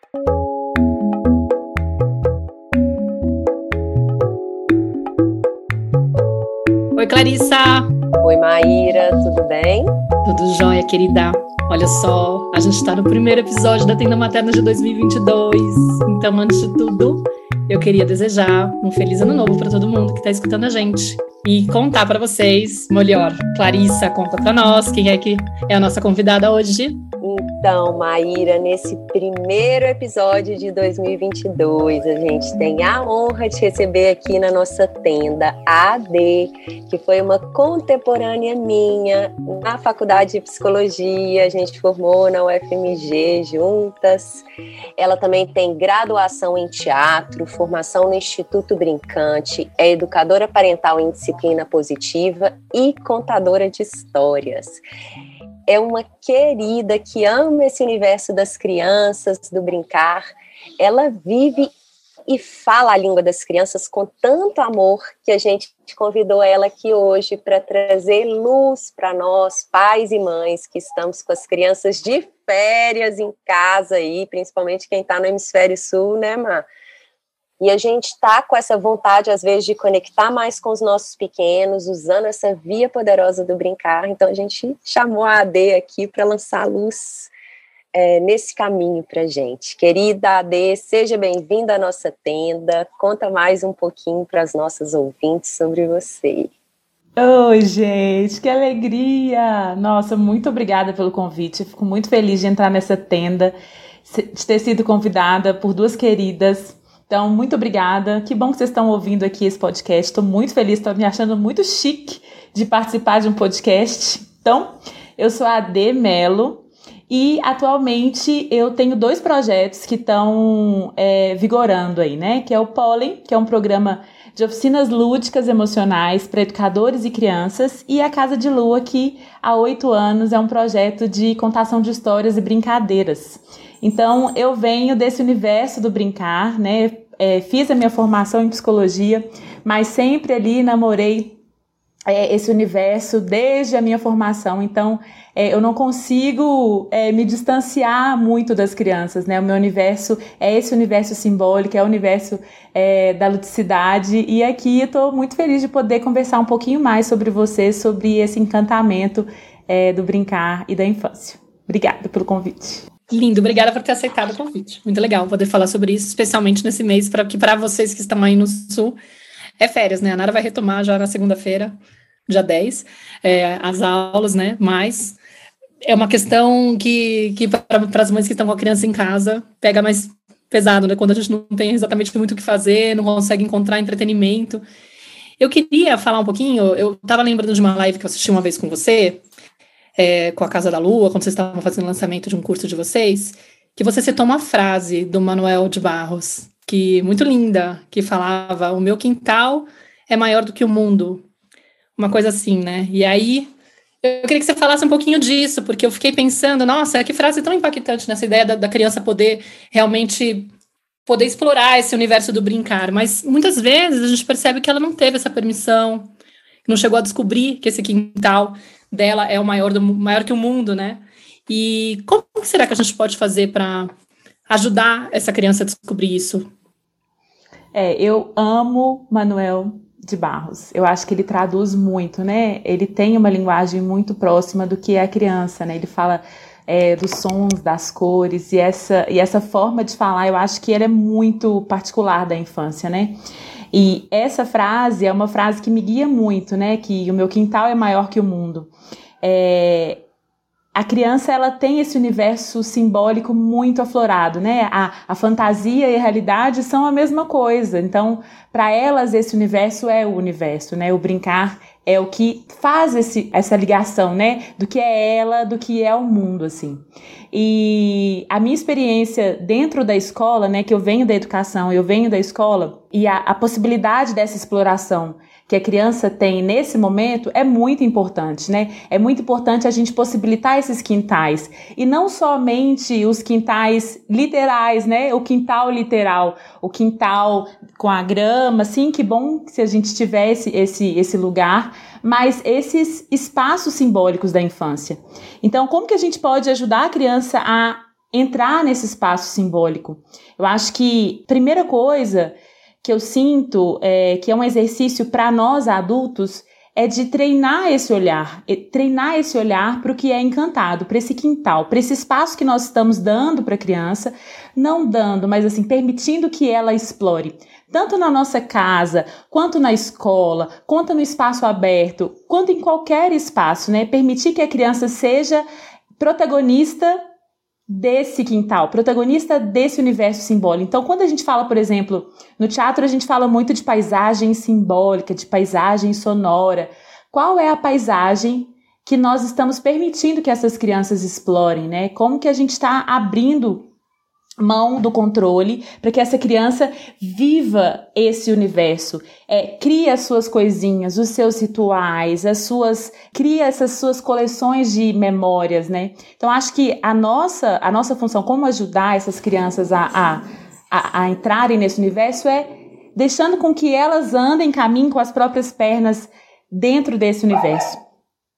Oi, Clarissa! Oi, Maíra, tudo bem? Tudo jóia, querida. Olha só, a gente está no primeiro episódio da Tenda Materna de 2022. Então, antes de tudo, eu queria desejar um feliz ano novo para todo mundo que está escutando a gente. E contar para vocês, melhor, Clarissa, conta para nós quem é que é a nossa convidada hoje. Então, Maíra, nesse primeiro episódio de 2022, a gente tem a honra de receber aqui na nossa tenda a Ade, que foi uma contemporânea minha na faculdade de psicologia, a gente formou na UFMG juntas. Ela também tem graduação em teatro, formação no Instituto Brincante, é educadora parental em disciplina positiva e contadora de histórias. É uma querida que ama esse universo das crianças, do brincar. Ela vive e fala a língua das crianças com tanto amor que a gente convidou ela aqui hoje para trazer luz para nós, pais e mães, que estamos com as crianças de férias em casa aí, principalmente quem está no hemisfério sul, né, Má? E a gente está com essa vontade, às vezes, de conectar mais com os nossos pequenos, usando essa via poderosa do brincar. Então, a gente chamou a Ade aqui para lançar luz nesse caminho para a gente. Querida Ade, seja bem-vinda à nossa tenda. Conta mais um pouquinho para as nossas ouvintes sobre você. Oi, gente, que alegria! Nossa, muito obrigada pelo convite. Fico muito feliz de entrar nessa tenda, de ter sido convidada por duas queridas. Então, muito obrigada. Que bom que vocês estão ouvindo aqui esse podcast. Estou muito feliz, estou me achando muito chique de participar de um podcast. Então, eu sou a Ade Mello e atualmente eu tenho 2 projetos que estão vigorando aí, né? Que é o Pólen, que é um programa de oficinas lúdicas emocionais para educadores e crianças, e a Casa de Lua, que há 8 anos é um projeto de contação de histórias e brincadeiras. Então, eu venho desse universo do brincar, né? Fiz a minha formação em psicologia, mas sempre ali namorei esse universo desde a minha formação. Então, eu não consigo me distanciar muito das crianças, né? O meu universo é esse universo simbólico, é o universo da ludicidade. E aqui eu estou muito feliz de poder conversar um pouquinho mais sobre você, sobre esse encantamento do brincar e da infância. Obrigada pelo convite. Lindo, obrigada por ter aceitado o convite. Muito legal poder falar sobre isso, especialmente nesse mês, para vocês que estão aí no Sul, é férias, né? A Nara vai retomar já na segunda-feira, dia 10, as aulas, né? Mas é uma questão que para as mães que estão com a criança em casa, pega mais pesado, né? Quando a gente não tem exatamente muito o que fazer, não consegue encontrar entretenimento. Eu queria falar um pouquinho, eu estava lembrando de uma live que eu assisti uma vez com você, com a Casa da Lua, quando vocês estavam fazendo o lançamento de um curso de vocês, que você citou uma frase do Manuel de Barros, que muito linda, que falava: o meu quintal é maior do que o mundo. Uma coisa assim, né? E aí, eu queria que você falasse um pouquinho disso, porque eu fiquei pensando, nossa, que frase tão impactante nessa ideia da criança poder realmente poder explorar esse universo do brincar, mas muitas vezes a gente percebe que ela não teve essa permissão, não chegou a descobrir que esse quintal dela é o maior que o mundo, né? E como será que a gente pode fazer para ajudar essa criança a descobrir isso? Eu amo Manuel de Barros. Eu acho que ele traduz muito, né? Ele tem uma linguagem muito próxima do que é a criança, né? Ele fala dos sons, das cores, e essa forma de falar, eu acho que ela é muito particular da infância, né? E essa frase é uma frase que me guia muito, né? Que o meu quintal é maior que o mundo. A criança, ela tem esse universo simbólico muito aflorado, né? A fantasia e a realidade são a mesma coisa. Então, para elas, esse universo é o universo, né? O brincar é o que faz essa ligação, né? Do que é ela, do que é o mundo, assim. E a minha experiência dentro da escola, né? Que eu venho da educação, eu venho da escola, e a possibilidade dessa exploração que a criança tem nesse momento é muito importante, né? É muito importante a gente possibilitar esses quintais. E não somente os quintais literais, né? O quintal literal, o quintal com a grama, assim, que bom se a gente tivesse esse lugar, mas esses espaços simbólicos da infância. Então, como que a gente pode ajudar a criança a entrar nesse espaço simbólico. Eu acho que a primeira coisa que eu sinto que é um exercício para nós adultos é de treinar esse olhar para o que é encantado, para esse quintal, para esse espaço que nós estamos dando para a criança, não dando, mas assim, permitindo que ela explore, tanto na nossa casa, quanto na escola, quanto no espaço aberto, quanto em qualquer espaço, né? Permitir que a criança seja protagonista desse quintal, protagonista desse universo simbólico. Então, quando a gente fala, por exemplo, no teatro, a gente fala muito de paisagem simbólica, de paisagem sonora. Qual é a paisagem que nós estamos permitindo que essas crianças explorem, né? Como que a gente está abrindo mão do controle para que essa criança viva esse universo, cria as suas coisinhas, os seus rituais, cria essas suas coleções de memórias, né? Então, acho que a nossa função, como ajudar essas crianças a entrarem nesse universo, é deixando com que elas andem, caminhem com as próprias pernas dentro desse universo.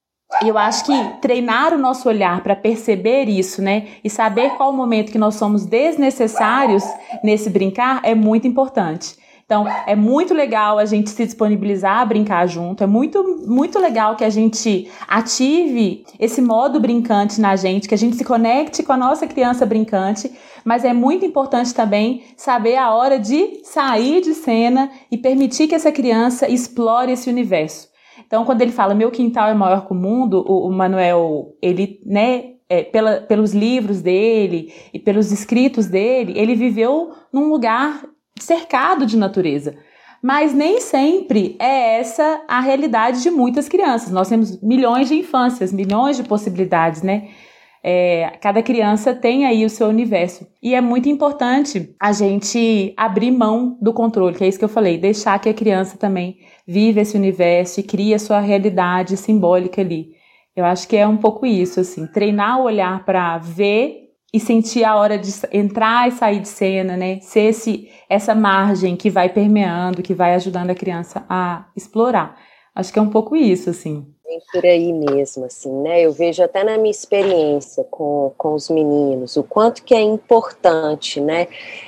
E eu acho que treinar o nosso olhar para perceber isso, né, e saber qual o momento que nós somos desnecessários nesse brincar é muito importante. Então, é muito legal a gente se disponibilizar a brincar junto, é muito, muito legal que a gente ative esse modo brincante na gente, que a gente se conecte com a nossa criança brincante, mas é muito importante também saber a hora de sair de cena e permitir que essa criança explore esse universo. Então, quando ele fala, meu quintal é maior que o mundo, o Manuel, ele, né, pelos livros dele e pelos escritos dele, ele viveu num lugar cercado de natureza. Mas nem sempre é essa a realidade de muitas crianças. Nós temos milhões de infâncias, milhões de possibilidades, né? Cada criança tem aí o seu universo. E é muito importante a gente abrir mão do controle, que é isso que eu falei, deixar que a criança também vive esse universo e cria a sua realidade simbólica ali. Eu acho que é um pouco isso, assim, treinar o olhar para ver e sentir a hora de entrar e sair de cena, né? Ser essa margem que vai permeando, que vai ajudando a criança a explorar. Acho que é um pouco isso, assim. Bem por aí mesmo, assim, né? Eu vejo até na minha experiência com os meninos, o quanto que é importante, né?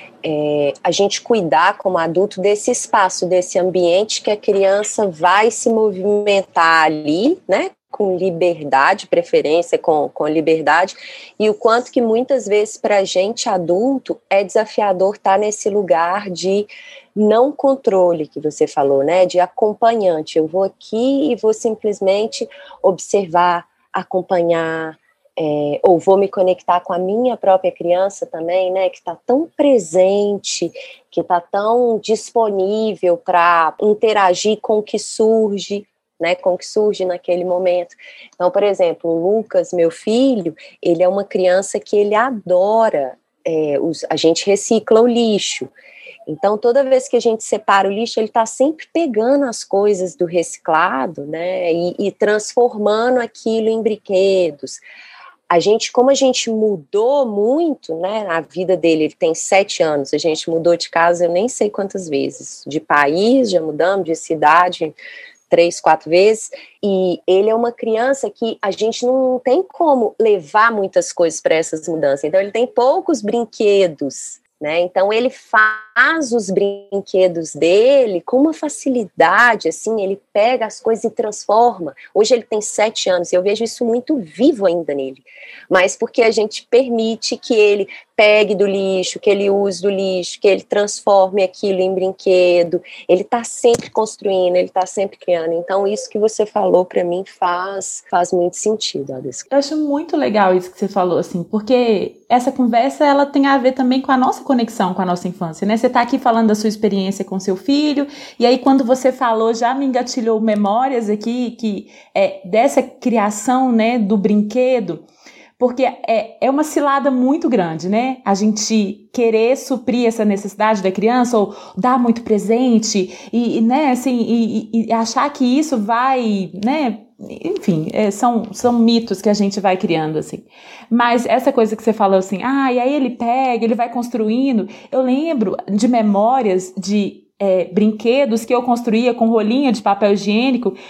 A gente cuidar como adulto desse espaço, desse ambiente que a criança vai se movimentar ali, né? Com liberdade, preferência com liberdade, e o quanto que muitas vezes para a gente adulto é desafiador estar nesse lugar de não controle que você falou, né, de acompanhante. Eu vou aqui e vou simplesmente observar, acompanhar, ou vou me conectar com a minha própria criança também, né, que está tão presente, que está tão disponível para interagir com o que surge, né, com o que surge naquele momento. Então, por exemplo, o Lucas, meu filho, ele é uma criança que ele adora, a gente recicla o lixo. Então, toda vez que a gente separa o lixo, ele está sempre pegando as coisas do reciclado, né, e transformando aquilo em brinquedos. Como a gente mudou muito, né, na vida dele, ele tem 7 anos, a gente mudou de casa eu nem sei quantas vezes, de país, já mudamos, de cidade 3, 4 vezes, e ele é uma criança que a gente não tem como levar muitas coisas para essas mudanças, então ele tem poucos brinquedos, né? Então ele faz os brinquedos dele com uma facilidade, assim, ele pega as coisas e transforma. Hoje ele tem 7 anos e eu vejo isso muito vivo ainda nele, mas porque a gente permite que ele pegue do lixo, que ele use do lixo, que ele transforme aquilo em brinquedo, ele está sempre construindo, ele está sempre criando. Então isso que você falou para mim faz muito sentido, Alice. Eu acho muito legal isso que você falou, assim, porque essa conversa, ela tem a ver também com a nossa conexão com a nossa infância, né? Você tá aqui falando da sua experiência com seu filho, e aí quando você falou, já me engatilhou memórias aqui, que dessa criação, né, do brinquedo, porque é uma cilada muito grande, né? A gente querer suprir essa necessidade da criança, ou dar muito presente, né, assim, e achar que isso vai, né, enfim, são mitos que a gente vai criando, assim. Mas essa coisa que você falou, assim, e aí ele pega, ele vai construindo. Eu lembro de memórias de brinquedos que eu construía com rolinha de papel higiênico,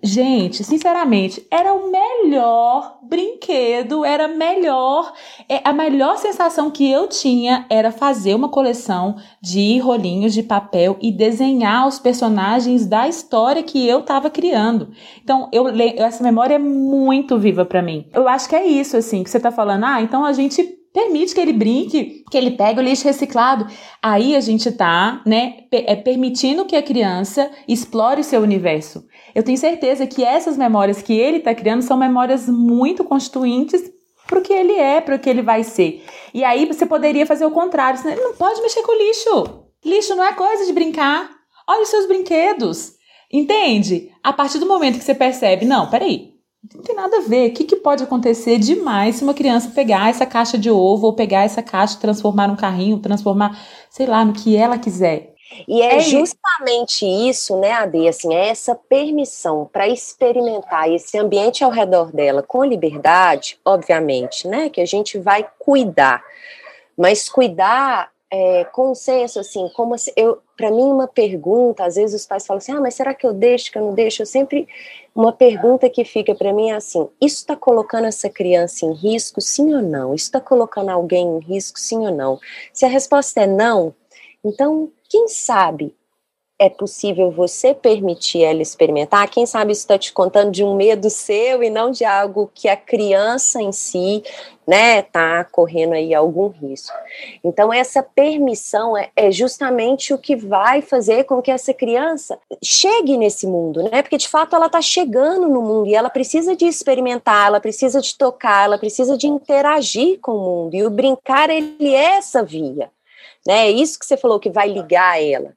gente, sinceramente, era o melhor brinquedo, era melhor. A melhor sensação que eu tinha era fazer uma coleção de rolinhos de papel e desenhar os personagens da história que eu estava criando. Então, essa memória é muito viva para mim. Eu acho que é isso, assim, que você tá falando. Então a gente permite que ele brinque, que ele pegue o lixo reciclado. Aí a gente tá, né, permitindo que a criança explore seu universo. Eu tenho certeza que essas memórias que ele tá criando são memórias muito constituintes pro que ele é, pro que ele vai ser. E aí você poderia fazer o contrário. Ele não pode mexer com lixo. Lixo não é coisa de brincar. Olha os seus brinquedos. Entende? A partir do momento que você percebe, não, peraí, não tem nada a ver. O que pode acontecer demais se uma criança pegar essa caixa de ovo ou pegar essa caixa e transformar num carrinho, transformar, sei lá, no que ela quiser. E é justamente isso, né, Ade, assim, é essa permissão para experimentar esse ambiente ao redor dela com liberdade, obviamente, né, que a gente vai cuidar, mas cuidar com senso, assim, como para mim uma pergunta, às vezes os pais falam assim, mas será que eu deixo, que eu não deixo? Uma pergunta que fica para mim é assim, isso está colocando essa criança em risco, sim ou não? Isso está colocando alguém em risco, sim ou não? Se a resposta é não, então, quem sabe é possível você permitir ela experimentar? Quem sabe isso está te contando de um medo seu e não de algo que a criança em si, né, está correndo aí algum risco. Então, essa permissão é justamente o que vai fazer com que essa criança chegue nesse mundo, né? Porque, de fato, ela está chegando no mundo e ela precisa de experimentar, ela precisa de tocar, ela precisa de interagir com o mundo. E o brincar, ele é essa via. Né? É isso que você falou que vai ligar ela.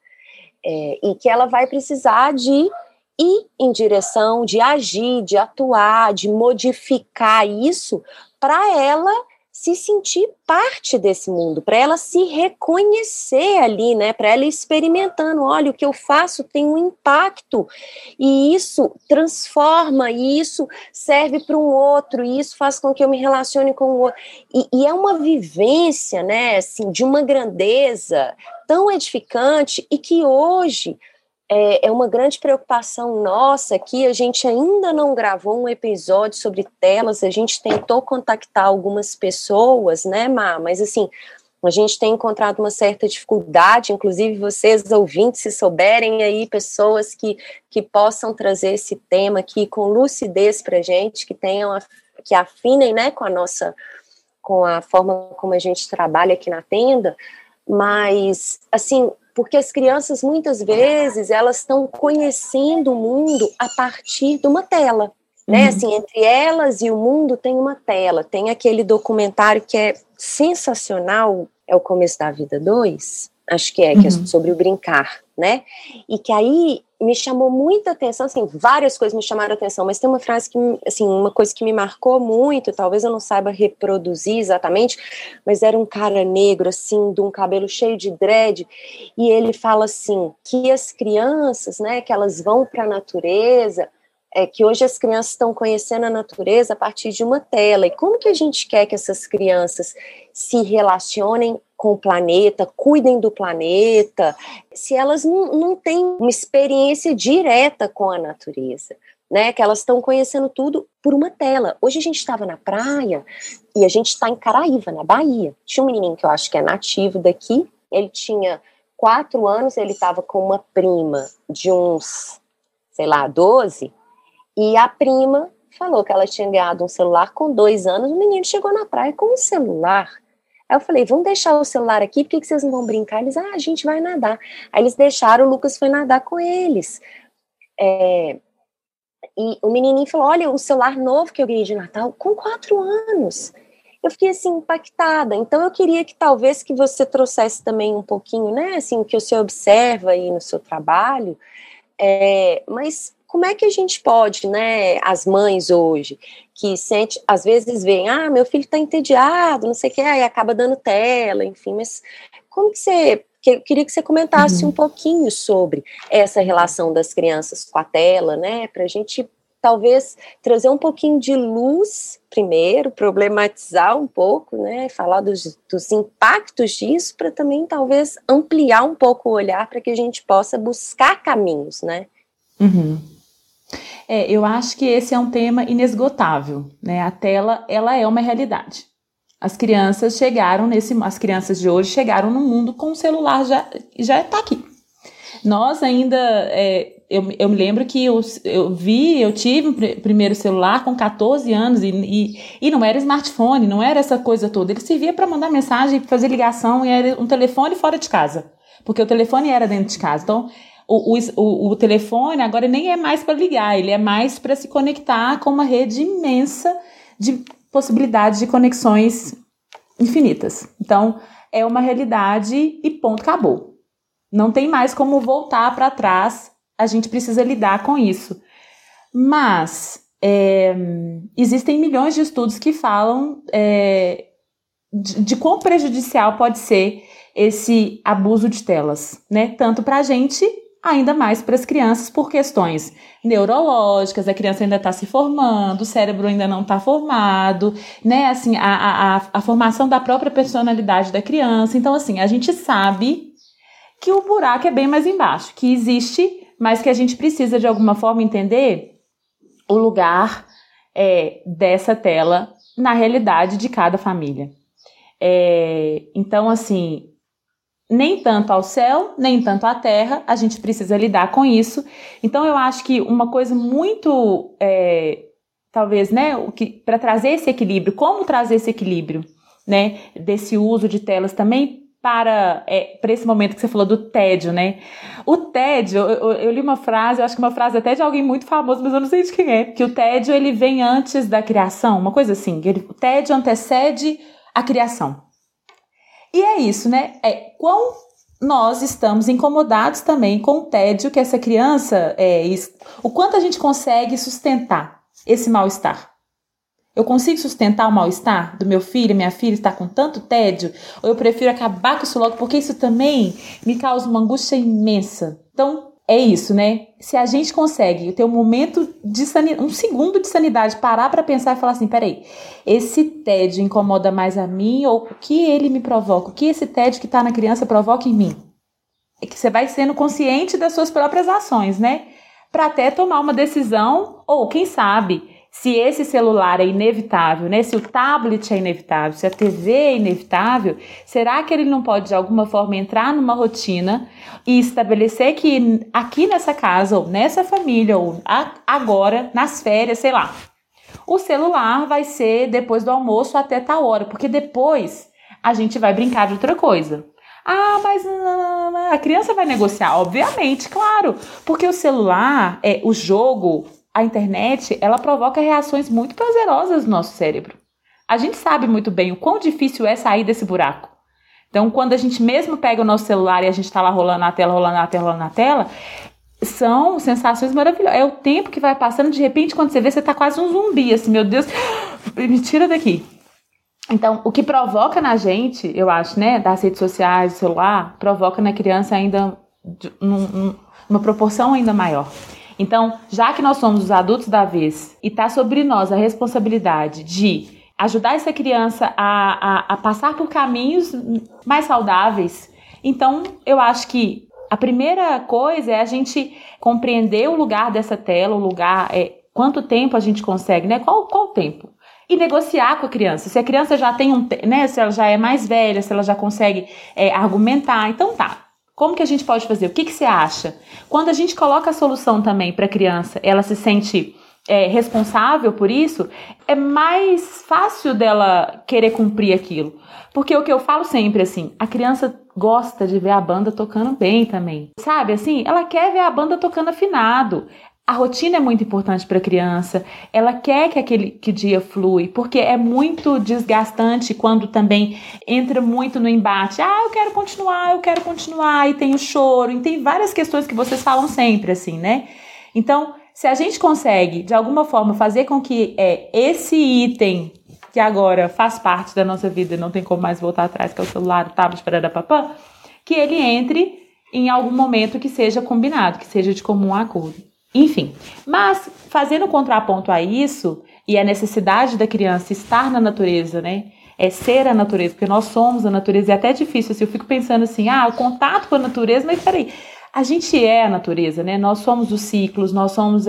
E que ela vai precisar de ir em direção, de agir, de atuar, de modificar isso para ela se sentir parte desse mundo, para ela se reconhecer ali, né? Para ela ir experimentando, olha, o que eu faço tem um impacto, e isso transforma, e isso serve para um outro, e isso faz com que eu me relacione com o outro, e é uma vivência, né, assim, de uma grandeza tão edificante, e que hoje é uma grande preocupação nossa, que a gente ainda não gravou um episódio sobre telas, a gente tentou contactar algumas pessoas, né, Má? Mas assim, a gente tem encontrado uma certa dificuldade, inclusive vocês ouvintes, se souberem aí pessoas que possam trazer esse tema aqui com lucidez pra gente, que afinem, né, com a forma como a gente trabalha aqui na tenda, mas, assim, porque as crianças, muitas vezes, elas estão conhecendo o mundo a partir de uma tela, né? Assim, entre elas e o mundo tem uma tela. Tem aquele documentário que é sensacional, é O Começo da Vida 2, acho que é sobre o brincar, né? E que aí me chamou muita atenção, assim, várias coisas me chamaram a atenção, mas tem uma frase que, assim, uma coisa que me marcou muito, talvez eu não saiba reproduzir exatamente, mas era um cara negro, assim, de um cabelo cheio de dread, e ele fala assim, que as crianças, né, que elas vão para a natureza, que hoje as crianças estão conhecendo a natureza a partir de uma tela, e como que a gente quer que essas crianças se relacionem com o planeta, cuidem do planeta, se elas não têm uma experiência direta com a natureza, né, que elas estão conhecendo tudo por uma tela. Hoje a gente estava na praia e a gente está em Caraíva, na Bahia. Tinha um menininho que eu acho que é nativo daqui, ele tinha 4 anos, ele estava com uma prima de uns, sei lá, 12, e a prima falou que ela tinha ganhado um celular com 2 anos, o menino chegou na praia com um celular. Aí eu falei, vamos deixar o celular aqui, por que vocês não vão brincar? Eles, a gente vai nadar. Aí eles deixaram, o Lucas foi nadar com eles. E o menininho falou, olha, o celular novo que eu ganhei de Natal, com 4 anos. Eu fiquei, assim, impactada. Então, eu queria que talvez que você trouxesse também um pouquinho, né, assim, o que você observa aí no seu trabalho, mas como é que a gente pode, né, as mães hoje, que às vezes veem, meu filho está entediado, não sei o que, aí acaba dando tela, enfim, mas como que eu queria que você comentasse um pouquinho sobre essa relação das crianças com a tela, né, para a gente talvez trazer um pouquinho de luz primeiro, problematizar um pouco, né, falar dos impactos disso, para também talvez ampliar um pouco o olhar para que a gente possa buscar caminhos, né? Eu acho que esse é um tema inesgotável, né? A tela, ela é uma realidade. As crianças de hoje chegaram no mundo com o celular, já está aqui. Nós ainda, eu me lembro que eu tive o primeiro celular com 14 anos e não era smartphone, não era essa coisa toda. Ele servia para mandar mensagem, fazer ligação, e era um telefone fora de casa, porque o telefone era dentro de casa. Então, o telefone agora nem é mais para ligar, ele é mais para se conectar com uma rede imensa de possibilidades de conexões infinitas. Então, é uma realidade e ponto, acabou. Não tem mais como voltar para trás, a gente precisa lidar com isso. Mas existem milhões de estudos que falam de quão prejudicial pode ser esse abuso de telas, né? Tanto para a gente, ainda mais para as crianças, por questões neurológicas, a criança ainda está se formando, o cérebro ainda não está formado, né? Assim, a formação da própria personalidade da criança. Então, assim, a gente sabe que o buraco é bem mais embaixo, que existe, mas que a gente precisa, de alguma forma, entender o lugar dessa tela na realidade de cada família. Então, assim, nem tanto ao céu, nem tanto à terra, a gente precisa lidar com isso. Então, eu acho que uma coisa muito, talvez, né, para trazer esse equilíbrio, como trazer esse equilíbrio, né, desse uso de telas também para esse momento que você falou do tédio, né? O tédio, eu li uma frase, eu acho que uma frase até de alguém muito famoso, mas eu não sei de quem é, que o tédio, ele vem antes da criação, uma coisa assim, o tédio antecede a criação. E é isso, né? Quão nós estamos incomodados também com o tédio que essa criança, o quanto a gente consegue sustentar esse mal-estar. Eu consigo sustentar o mal-estar do meu filho, minha filha está com tanto tédio? Ou eu prefiro acabar com isso logo, porque isso também me causa uma angústia imensa. Então, é isso, né? Se a gente consegue ter um momento de sanidade, um segundo de sanidade, parar para pensar e falar assim, peraí, esse tédio incomoda mais a mim ou o que ele me provoca? O que esse tédio que está na criança provoca em mim? É que você vai sendo consciente das suas próprias ações, né? Para até tomar uma decisão, ou quem sabe, se esse celular é inevitável, né? Se o tablet é inevitável, se a TV é inevitável, será que ele não pode, de alguma forma, entrar numa rotina e estabelecer que aqui nessa casa, ou nessa família, ou agora, nas férias, sei lá, o celular vai ser depois do almoço até tal hora, porque depois a gente vai brincar de outra coisa. Ah, mas a criança vai negociar, obviamente, claro, porque o celular, o jogo, a internet, ela provoca reações muito prazerosas no nosso cérebro. A gente sabe muito bem o quão difícil é sair desse buraco. Então, quando a gente mesmo pega o nosso celular e a gente está lá rolando na tela, são sensações maravilhosas. É o tempo que vai passando, de repente, quando você vê, você está quase um zumbi, assim, meu Deus, me tira daqui. Então, o que provoca na gente, eu acho, né, das redes sociais, do celular, provoca na criança ainda numa proporção ainda maior. Então, já que nós somos os adultos da vez e está sobre nós a responsabilidade de ajudar essa criança a passar por caminhos mais saudáveis, então eu acho que a primeira coisa é a gente compreender o lugar dessa tela, o lugar, quanto tempo a gente consegue, né? Qual o tempo? E negociar com a criança. Se a criança já tem né? Se ela já é mais velha, se ela já consegue argumentar, então tá. Como que a gente pode fazer? O que você acha? Quando a gente coloca a solução também para a criança, ela se sente responsável por isso, é mais fácil dela querer cumprir aquilo. Porque o que eu falo sempre, assim, a criança gosta de ver a banda tocando bem também. Sabe, assim, ela quer ver a banda tocando afinado. A rotina é muito importante para a criança, ela quer que o dia flui, porque é muito desgastante quando também entra muito no embate. Eu quero continuar, e tem o choro, e tem várias questões que vocês falam sempre, assim, né? Então, se a gente consegue, de alguma forma, fazer com que esse item, que agora faz parte da nossa vida e não tem como mais voltar atrás, que é o celular, o tablet, pararapapã, que ele entre em algum momento que seja combinado, que seja de comum acordo. Enfim, mas fazendo contraponto a isso e a necessidade da criança estar na natureza, né? Ser a natureza, porque nós somos a natureza, e é até difícil, assim, eu fico pensando assim, o contato com a natureza, mas peraí, a gente é a natureza, né? Nós somos os ciclos, nós somos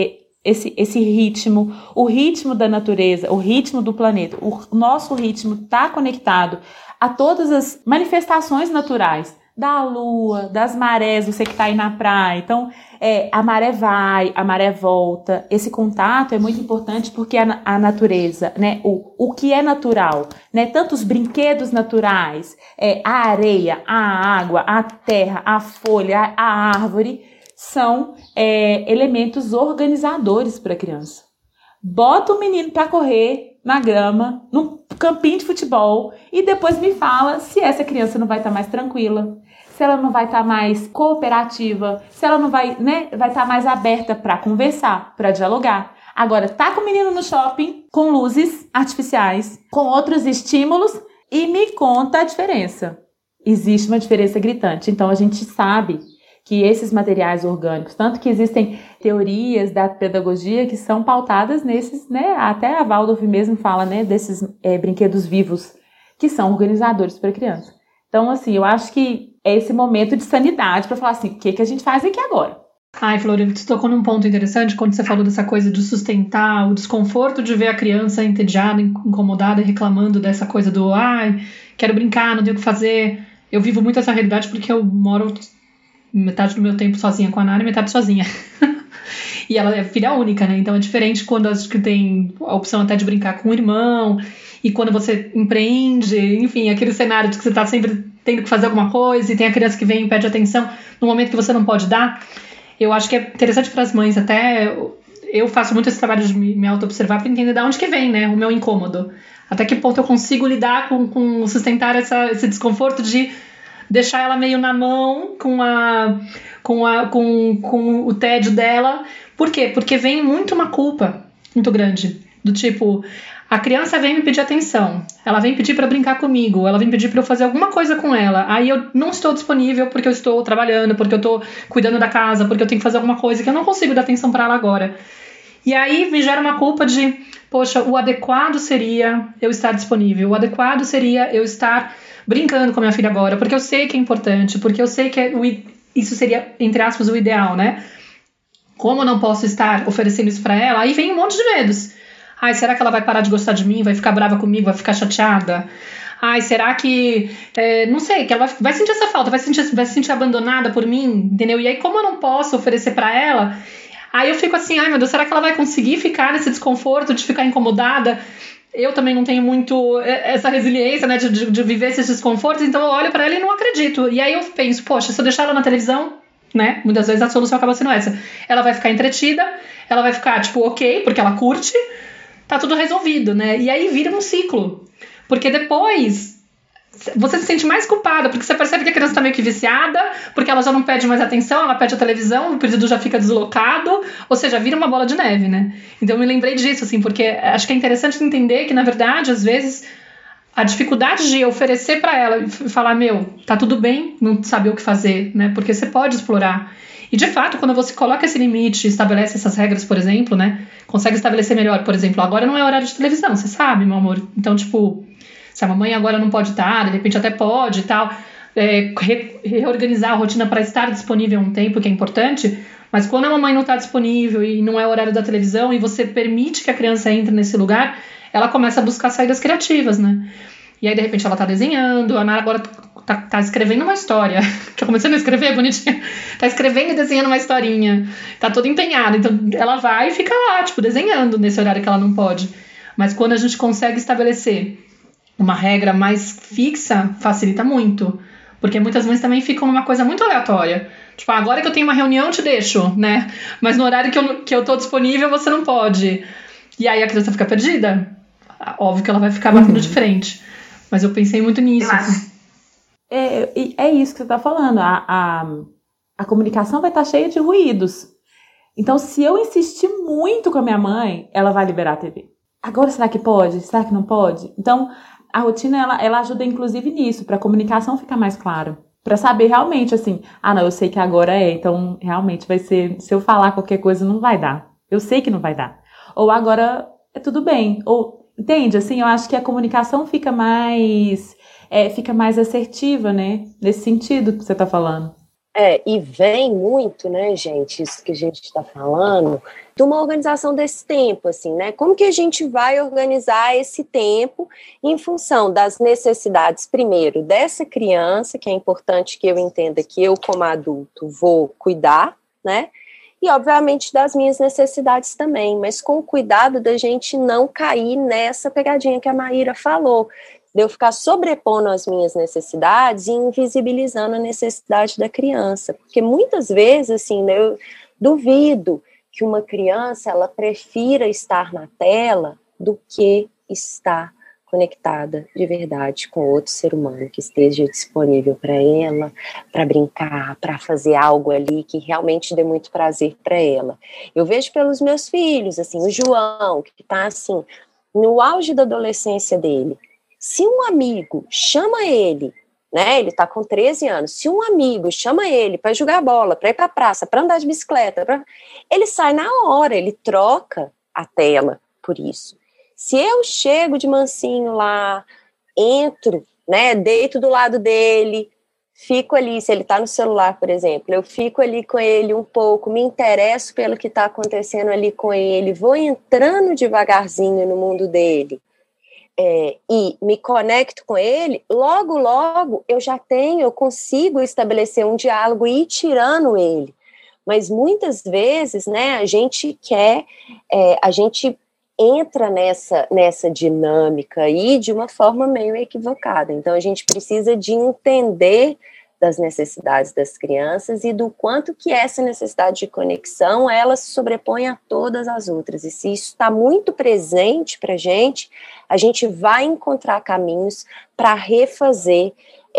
esse ritmo, o ritmo da natureza, o ritmo do planeta. O nosso ritmo está conectado a todas as manifestações naturais, da lua, das marés, você que está aí na praia. Então, a maré vai, a maré volta. Esse contato é muito importante porque a natureza, né, o que é natural, né, tanto os brinquedos naturais, a areia, a água, a terra, a folha, a árvore, são elementos organizadores para a criança. Bota o menino para correr na grama, no campinho de futebol, e depois me fala se essa criança não vai estar mais tranquila, se ela não vai estar mais cooperativa, se ela não vai, né, vai estar mais aberta para conversar, para dialogar. Agora, tá com o menino no shopping, com luzes artificiais, com outros estímulos, e me conta a diferença. Existe uma diferença gritante. Então, a gente sabe que esses materiais orgânicos, tanto que existem teorias da pedagogia que são pautadas nesses, né, até a Waldorf mesmo fala, né, desses brinquedos vivos, que são organizadores para a criança. Então, assim, eu acho que é esse momento de sanidade para falar assim, o que a gente faz aqui agora? Ai, Florida, você tocou num ponto interessante quando você falou dessa coisa de sustentar o desconforto de ver a criança entediada, incomodada, reclamando dessa coisa do quero brincar, não tenho o que fazer. Eu vivo muito essa realidade porque eu moro metade do meu tempo sozinha com a Nara e metade sozinha. E ela é filha única, né? Então é diferente quando acho que tem a opção até de brincar com o irmão, e quando você empreende, enfim, aquele cenário de que você tá sempre tendo que fazer alguma coisa e tem a criança que vem e pede atenção no momento que você não pode dar. Eu acho que é interessante para as mães, até eu faço muito esse trabalho de me auto-observar para entender de onde que vem, né, o meu incômodo. Até que ponto eu consigo lidar com sustentar esse desconforto de deixar ela meio na mão com o tédio dela. Por quê? Porque vem muito uma culpa muito grande, do tipo, a criança vem me pedir atenção, ela vem pedir para brincar comigo, ela vem pedir para eu fazer alguma coisa com ela, aí eu não estou disponível porque eu estou trabalhando, porque eu estou cuidando da casa, porque eu tenho que fazer alguma coisa que eu não consigo dar atenção para ela agora. E aí me gera uma culpa de, poxa, o adequado seria eu estar disponível, o adequado seria eu estar brincando com a minha filha agora, porque eu sei que é importante, porque eu sei que isso seria, entre aspas, o ideal, né? Como eu não posso estar oferecendo isso para ela, aí vem um monte de medos. Ai, será que ela vai parar de gostar de mim, vai ficar brava comigo, vai ficar chateada? Ai, será que, não sei, que ela vai sentir essa falta, vai se sentir abandonada por mim, entendeu? E aí, como eu não posso oferecer para ela, aí eu fico assim, ai meu Deus, será que ela vai conseguir ficar nesse desconforto de ficar incomodada? Eu também não tenho muito essa resiliência, né, de viver esses desconfortos, então eu olho para ela e não acredito. E aí eu penso, poxa, se eu deixar ela na televisão, né, muitas vezes a solução acaba sendo essa. Ela vai ficar entretida, ela vai ficar, tipo, ok, porque ela curte, tá tudo resolvido, né? E aí vira um ciclo. Porque depois você se sente mais culpada, porque você percebe que a criança tá meio que viciada, porque ela já não pede mais atenção, ela pede a televisão, o pedido já fica deslocado, ou seja, vira uma bola de neve, né? Então eu me lembrei disso, assim, porque acho que é interessante entender que, na verdade, às vezes, a dificuldade de oferecer para ela e falar, tá tudo bem não saber o que fazer, né? Porque você pode explorar. E, de fato, quando você coloca esse limite, estabelece essas regras, por exemplo, né? Consegue estabelecer melhor, por exemplo, agora não é horário de televisão, você sabe, meu amor? Então, tipo, se a mamãe agora não pode estar, de repente até pode e tal, reorganizar a rotina para estar disponível um tempo, que é importante, mas quando a mamãe não está disponível e não é horário da televisão e você permite que a criança entre nesse lugar, ela começa a buscar saídas criativas, né? E aí, de repente, ela tá desenhando, a Nara agora tá escrevendo uma história. Tá começando a escrever, bonitinha. Tá escrevendo e desenhando uma historinha. Tá toda empenhada. Então, ela vai e fica lá, tipo, desenhando nesse horário que ela não pode. Mas quando a gente consegue estabelecer uma regra mais fixa, facilita muito. Porque muitas mães também ficam numa coisa muito aleatória. Tipo, agora que eu tenho uma reunião, eu te deixo, né? Mas no horário que eu tô disponível, você não pode. E aí a criança fica perdida. Óbvio que ela vai ficar batendo de frente. Mas eu pensei muito nisso. Assim. É isso que você está falando. A comunicação vai estar cheia de ruídos. Então, se eu insistir muito com a minha mãe, ela vai liberar a TV. Agora, será que pode? Será que não pode? Então, a rotina, ela ajuda, inclusive, nisso, para a comunicação ficar mais clara. Para saber realmente, assim, não, eu sei que agora então, realmente vai ser, se eu falar qualquer coisa, não vai dar. Eu sei que não vai dar. Ou agora, é tudo bem. Ou, entende? Assim, eu acho que a comunicação fica mais assertiva, né? Nesse sentido que você está falando. E vem muito, né, gente, isso que a gente está falando, de uma organização desse tempo, assim, né? Como que a gente vai organizar esse tempo em função das necessidades, primeiro, dessa criança, que é importante que eu entenda que eu, como adulto, vou cuidar, né? E, obviamente, das minhas necessidades também, mas com o cuidado da gente não cair nessa pegadinha que a Maíra falou, de eu ficar sobrepondo as minhas necessidades e invisibilizando a necessidade da criança. Porque muitas vezes, assim, eu duvido que uma criança, ela prefira estar na tela do que estar conectada de verdade com outro ser humano que esteja disponível para ela, para brincar, para fazer algo ali que realmente dê muito prazer para ela. Eu vejo pelos meus filhos, assim, o João, que está, assim, no auge da adolescência dele. Se um amigo chama ele, né, ele está com 13 anos, se um amigo chama ele para jogar bola, para ir para a praça, para andar de bicicleta, ele sai na hora, ele troca a tela por isso. Se eu chego de mansinho lá, entro, né, deito do lado dele, fico ali, se ele está no celular, por exemplo, eu fico ali com ele um pouco, me interesso pelo que está acontecendo ali com ele, vou entrando devagarzinho no mundo dele, e me conecto com ele, logo eu consigo estabelecer um diálogo e ir tirando ele. Mas muitas vezes, né, a gente entra nessa dinâmica aí de uma forma meio equivocada. Então, a gente precisa de entender das necessidades das crianças e do quanto que essa necessidade de conexão, ela se sobrepõe a todas as outras. E se isso está muito presente para a gente vai encontrar caminhos para refazer,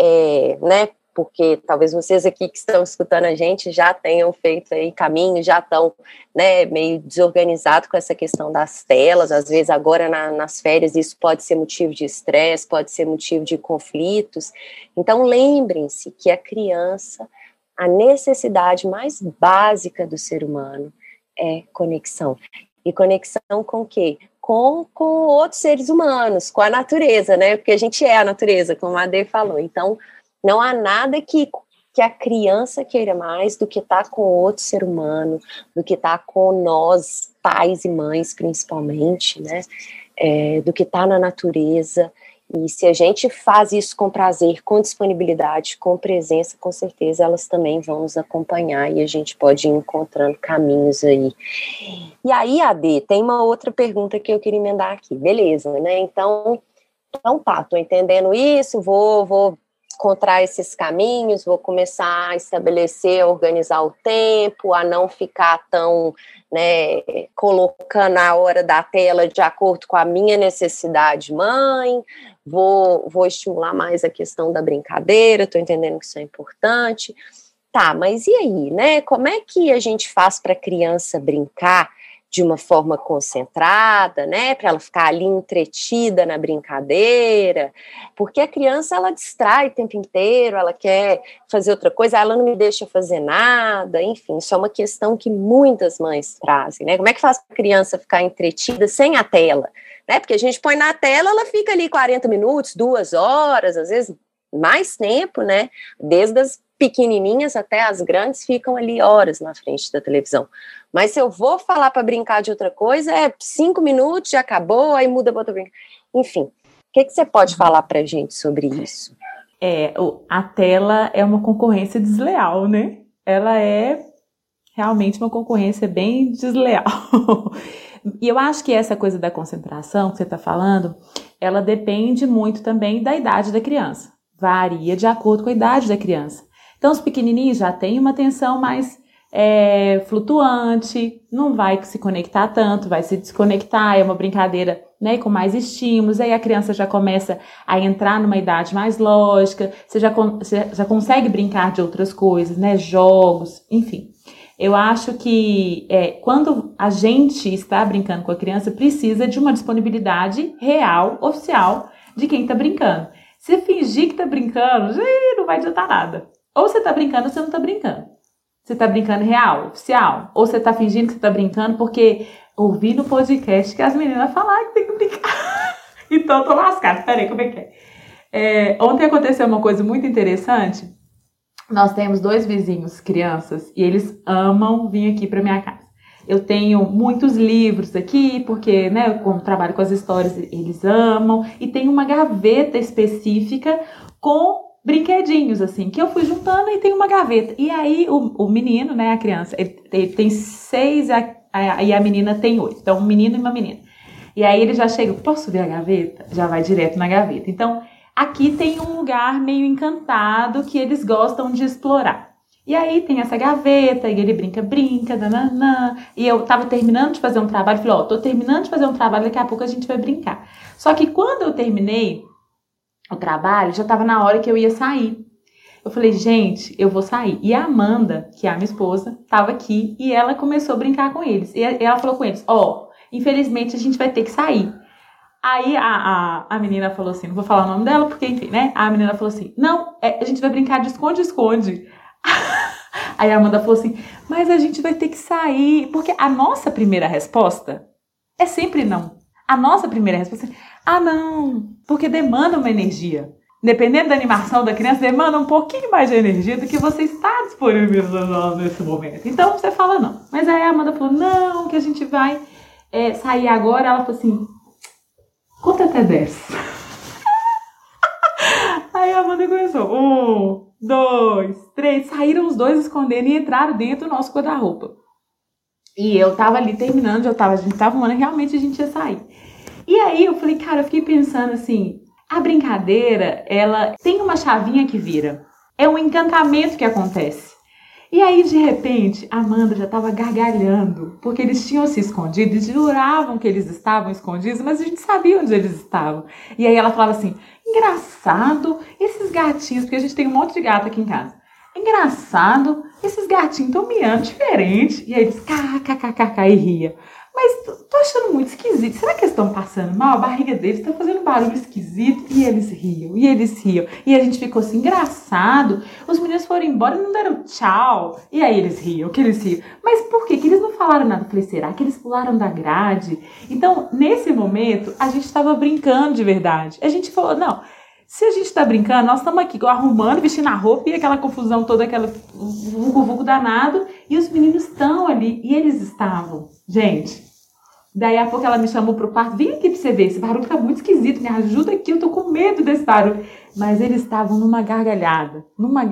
né? Porque talvez vocês aqui que estão escutando a gente já tenham feito aí caminho, já estão, né, meio desorganizados com essa questão das telas, às vezes agora nas férias isso pode ser motivo de estresse, pode ser motivo de conflitos. Então lembrem-se que a criança, a necessidade mais básica do ser humano é conexão. E conexão com o quê? Com outros seres humanos, com a natureza, né? Porque a gente é a natureza, como a Ade falou. Então, não há nada que a criança queira mais do que estar com outro ser humano, do que estar com nós, pais e mães, principalmente, né? Do que estar na natureza. E se a gente faz isso com prazer, com disponibilidade, com presença, com certeza elas também vão nos acompanhar e a gente pode ir encontrando caminhos aí. E aí, Ade, tem uma outra pergunta que eu queria emendar aqui. Beleza, né? Então tá, tô entendendo isso, vou encontrar esses caminhos, vou começar a estabelecer, a organizar o tempo, a não ficar tão, né, colocando a hora da tela de acordo com a minha necessidade, mãe, vou estimular mais a questão da brincadeira, estou entendendo que isso é importante. Tá, mas e aí, né, como é que a gente faz para a criança brincar de uma forma concentrada, né, para ela ficar ali entretida na brincadeira, porque a criança, ela distrai o tempo inteiro, ela quer fazer outra coisa, ela não me deixa fazer nada, enfim, isso é uma questão que muitas mães trazem, né, como é que faz para a criança ficar entretida sem a tela, né, porque a gente põe na tela, ela fica ali 40 minutos, 2 horas, às vezes mais tempo, né, desde as pequenininhas até as grandes ficam ali horas na frente da televisão. Mas se eu vou falar para brincar de outra coisa, 5 minutos, já acabou, aí muda para outra brincadeira. Enfim, o que você pode falar para a gente sobre isso? A tela é uma concorrência desleal, né? Ela é realmente uma concorrência bem desleal. E eu acho que essa coisa da concentração que você está falando, ela depende muito também da idade da criança. Varia de acordo com a idade da criança. Então, os pequenininhos já têm uma atenção mais flutuante, não vai se conectar tanto, vai se desconectar, é uma brincadeira, né, com mais estímulos, aí a criança já começa a entrar numa idade mais lógica, você já consegue brincar de outras coisas, né, jogos, enfim. Eu acho que quando a gente está brincando com a criança, precisa de uma disponibilidade real, oficial, de quem está brincando. Se fingir que está brincando, não vai adiantar nada. Ou você tá brincando ou você não tá brincando. Você tá brincando real, oficial. Ou você tá fingindo que você tá brincando porque ouvi no podcast que as meninas falaram que tem que brincar. Então eu tô lascada. Peraí, como é que é? Ontem aconteceu uma coisa muito interessante. Nós temos 2 vizinhos, crianças, e eles amam vir aqui para minha casa. Eu tenho muitos livros aqui, porque, né, eu como trabalho com as histórias, eles amam. E tem uma gaveta específica com brinquedinhos, assim, que eu fui juntando e tem uma gaveta. E aí o menino, né, a criança, ele tem 6 e a menina tem 8. Então, um menino e uma menina. E aí ele já chega, posso ver a gaveta? Já vai direto na gaveta. Então, aqui tem um lugar meio encantado que eles gostam de explorar. E aí tem essa gaveta, e ele brinca, nananã. E eu tava terminando de fazer um trabalho, falei, tô terminando de fazer um trabalho, daqui a pouco a gente vai brincar. Só que quando eu terminei o trabalho, já tava na hora que eu ia sair. Eu falei, gente, eu vou sair. E a Amanda, que é a minha esposa, tava aqui e ela começou a brincar com eles. E ela falou com eles, infelizmente a gente vai ter que sair. Aí a menina falou assim, não vou falar o nome dela, porque enfim, né? A menina falou assim, não, a gente vai brincar de esconde-esconde. Aí a Amanda falou assim, mas a gente vai ter que sair. Porque a nossa primeira resposta é sempre não. A nossa primeira resposta é, não, porque demanda uma energia. Dependendo da animação da criança, demanda um pouquinho mais de energia do que você está disponibilizando nesse momento. Então você fala não. Mas aí a Amanda falou, não, que a gente vai sair agora. Ela falou assim, conta até 10. Aí a Amanda começou, 1, 2, 3, saíram os 2 escondendo e entraram dentro do nosso guarda-roupa. E eu tava ali terminando, a gente tava falando, realmente a gente ia sair. E aí eu falei, cara, eu fiquei pensando assim, a brincadeira, ela tem uma chavinha que vira. É um encantamento que acontece. E aí, de repente, a Amanda já tava gargalhando, porque eles tinham se escondido, eles juravam que eles estavam escondidos, mas a gente sabia onde eles estavam. E aí ela falava assim, engraçado, esses gatinhos, porque a gente tem um monte de gato aqui em casa. Engraçado, esses gatinhos estão miando diferente. E aí eles, kkkk, e ria. Mas tô achando muito esquisito. Será que eles estão passando mal? A barriga deles tá fazendo um barulho esquisito. E eles riam, e eles riam. E a gente ficou assim, engraçado. Os meninos foram embora e não deram tchau. E aí eles riam, que eles riam. Mas por quê? Que eles não falaram nada? Eu falei, será que eles pularam da grade? Então, nesse momento, a gente tava brincando de verdade. A gente falou, não, se a gente tá brincando, nós estamos aqui arrumando, vestindo a roupa e aquela confusão toda, aquela vulgo-vulgo danado. E os meninos estão ali. E eles estavam. Gente, daí a pouco ela me chamou pro quarto, vem aqui pra você ver, esse barulho tá muito esquisito, me ajuda aqui, eu tô com medo desse barulho. Mas eles estavam numa gargalhada.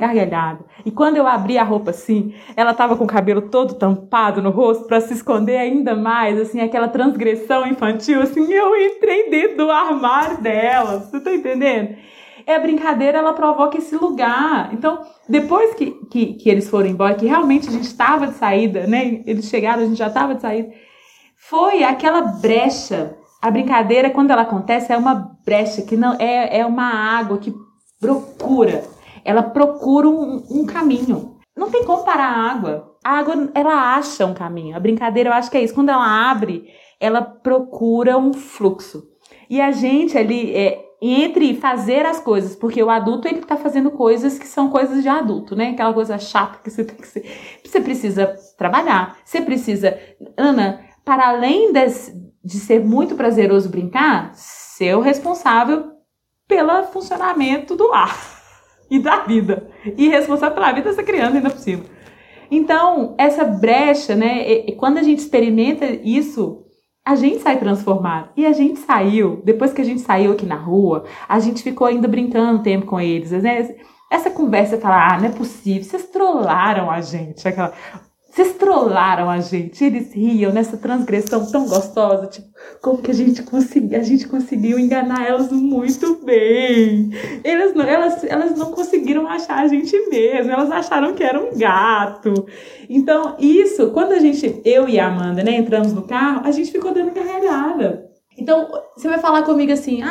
E quando eu abri a roupa assim, ela tava com o cabelo todo tampado no rosto pra se esconder ainda mais, assim, aquela transgressão infantil, assim, eu entrei dentro do armário dela, você tá entendendo? A brincadeira, ela provoca esse lugar. Então, depois que eles foram embora, que realmente a gente estava de saída, né? Eles chegaram, a gente já estava de saída. Foi aquela brecha. A brincadeira, quando ela acontece, é uma brecha, que não é uma água que procura. Ela procura um caminho. Não tem como parar a água. A água, ela acha um caminho. A brincadeira, eu acho que é isso. Quando ela abre, ela procura um fluxo. E a gente ali, entre fazer as coisas, porque o adulto, ele tá fazendo coisas que são coisas de adulto, né? Aquela coisa chata que você tem que ser. Você precisa trabalhar, você precisa... Ana, para além de ser muito prazeroso brincar, ser o responsável pelo funcionamento do lar e da vida. E responsável pela vida dessa criança ainda por cima. Então, essa brecha, né? Quando a gente experimenta isso, a gente sai transformado. E a gente saiu, depois que a gente saiu aqui na rua, a gente ficou ainda brincando um tempo com eles, né? Essa conversa, não é possível, vocês trollaram a gente, vocês trollaram a gente, eles riam nessa transgressão tão gostosa, tipo, como que a gente conseguiu enganar elas muito bem. Elas não conseguiram achar a gente mesmo, elas acharam que era um gato. Então, isso, quando eu e a Amanda, né, entramos no carro, a gente ficou dando gargalhada. Então, você vai falar comigo assim,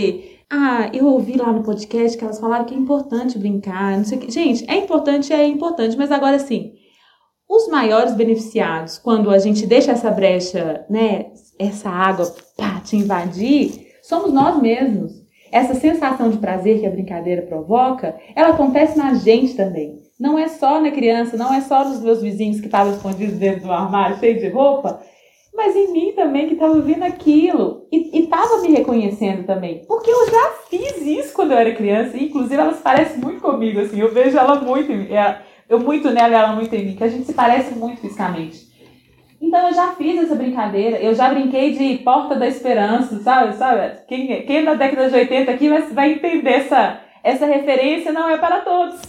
eu ouvi lá no podcast que elas falaram que é importante brincar, não sei o que. Gente, é importante, mas agora assim, os maiores beneficiados, quando a gente deixa essa brecha, né, essa água te invadir, somos nós mesmos. Essa sensação de prazer que a brincadeira provoca, ela acontece na gente também. Não é só na criança, não é só nos meus vizinhos que estavam escondidos dentro do armário cheio de roupa. mas em mim também, que estava vendo aquilo e estava me reconhecendo também, porque eu já fiz isso quando eu era criança, e inclusive ela se parece muito comigo, assim, eu vejo ela muito em mim, eu muito nela e ela muito em mim, que a gente se parece muito fisicamente. Então eu já fiz essa brincadeira, eu já brinquei de Porta da Esperança, sabe? Quem é da década de 80 aqui vai entender essa referência, não é para todos.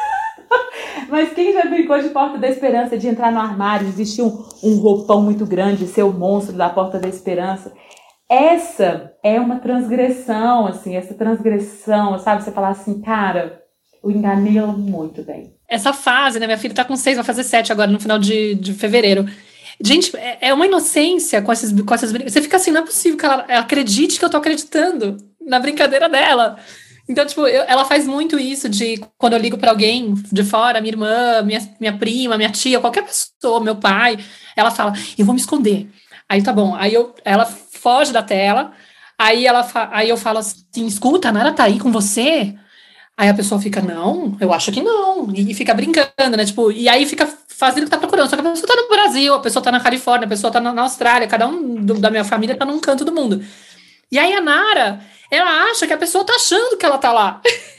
Mas quem já brincou de Porta da Esperança, de entrar no armário, existir um roupão muito grande, ser o monstro da Porta da Esperança? Essa é uma transgressão, assim, essa transgressão, sabe? Você falar assim, cara, eu enganei ela muito bem. Essa fase, né? Minha filha tá com 6, vai fazer 7 agora, no final de fevereiro. Gente, é uma inocência com essas brincadeiras. Você fica assim, não é possível que ela acredite que eu tô acreditando na brincadeira dela. Então, tipo, ela faz muito isso de quando eu ligo pra alguém de fora, minha irmã, minha prima, minha tia, qualquer pessoa, meu pai, ela fala, eu vou me esconder. Aí tá bom, ela foge da tela, aí eu falo assim, escuta, a Nara tá aí com você? Aí a pessoa fica, não, eu acho que não, e fica brincando, né, tipo, e aí fica fazendo o que tá procurando, só que a pessoa tá no Brasil, a pessoa tá na Califórnia, a pessoa tá na Austrália, cada um da minha família tá num canto do mundo. E aí a Nara, ela acha que a pessoa tá achando que ela tá lá.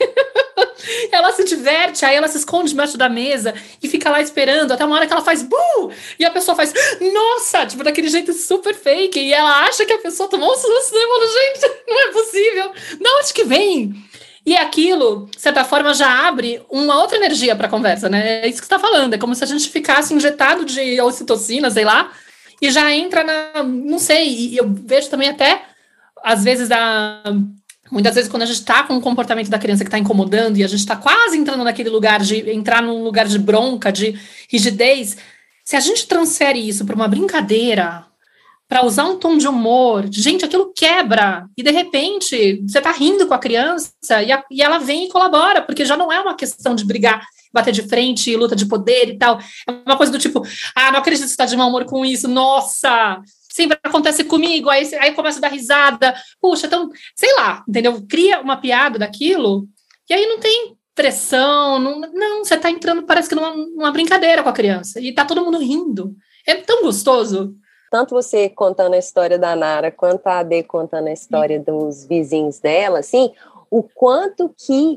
Ela se diverte, aí ela se esconde debaixo da mesa e fica lá esperando, até uma hora que ela faz buh! E a pessoa faz, nossa, tipo, daquele jeito super fake, e ela acha que a pessoa tomou um susto, e eu falo, gente, não é possível, de onde que vem? E aquilo, de certa forma, já abre uma outra energia para a conversa, né? É isso que você está falando. É como se a gente ficasse injetado de ocitocina, sei lá, e já entra não sei, e eu vejo também até, às vezes, muitas vezes, quando a gente está com o comportamento da criança que está incomodando e a gente está quase entrando naquele lugar de entrar num lugar de bronca, de rigidez, se a gente transfere isso para uma brincadeira, para usar um tom de humor, gente, aquilo quebra, e de repente você tá rindo com a criança e ela vem e colabora, porque já não é uma questão de brigar, bater de frente, luta de poder e tal, é uma coisa do tipo, não acredito que você tá de mau humor com isso, nossa, sempre acontece comigo, aí começa a dar risada, puxa, então, sei lá, entendeu? Cria uma piada daquilo, e aí não tem pressão, não, você tá entrando, parece que numa brincadeira com a criança, e tá todo mundo rindo, é tão gostoso. Tanto você contando a história da Nara, quanto a Ade contando a história dos vizinhos dela, assim, o quanto que